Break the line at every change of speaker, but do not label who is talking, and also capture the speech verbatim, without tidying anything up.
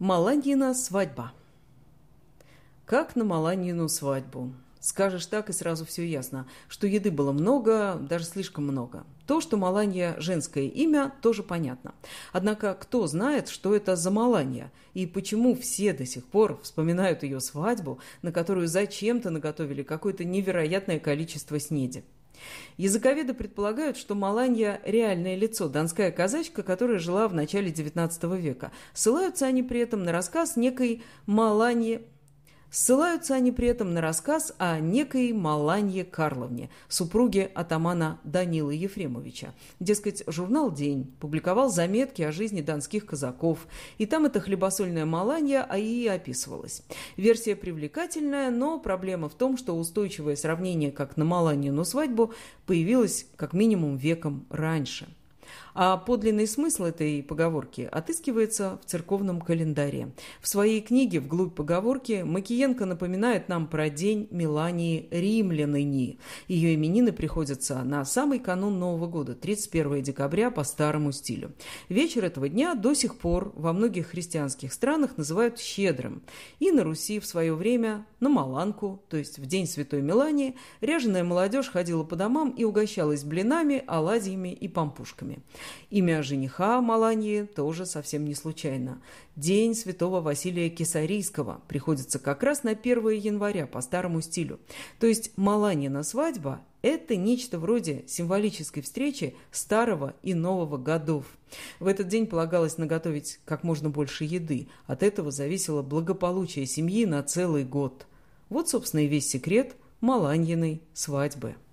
Маланьина свадьба. Как на Маланьину свадьбу? Скажешь так, и сразу все ясно, что еды было много, даже слишком много. То, что Маланья – женское имя, тоже понятно. Однако кто знает, что это за Маланья, и почему все до сих пор вспоминают ее свадьбу, на которую зачем-то наготовили какое-то невероятное количество снеди. Языковеды предполагают, что Маланья – реальное лицо, донская казачка, которая жила в начале девятнадцатого века. Ссылаются они при этом на рассказ некой Маланьи Ссылаются они при этом на рассказ о некой Маланье Карловне, супруге атамана Данилы Ефремовича. Дескать, журнал «День» публиковал заметки о жизни донских казаков, и там эта хлебосольная Маланья и описывалась. Версия привлекательная, но проблема в том, что устойчивое сравнение как на Маланьину свадьбу появилось как минимум веком раньше. А подлинный смысл этой поговорки отыскивается в церковном календаре. В своей книге «Вглубь поговорки» Макиенко напоминает нам про день Мелании Римляныни. Ее именины приходятся на самый канун Нового года, тридцать первого декабря по старому стилю. Вечер этого дня до сих пор во многих христианских странах называют щедрым. И на Руси в свое время на Маланку, то есть в день Святой Мелании, ряженая молодежь ходила по домам и угощалась блинами, оладьями и пампушками. Имя жениха Маланьи тоже совсем не случайно. День святого Василия Кесарийского приходится как раз на первое января по старому стилю. То есть Маланьина свадьба – это нечто вроде символической встречи старого и нового годов. В этот день полагалось наготовить как можно больше еды. От этого зависело благополучие семьи на целый год. Вот, собственно, и весь секрет Маланьиной свадьбы.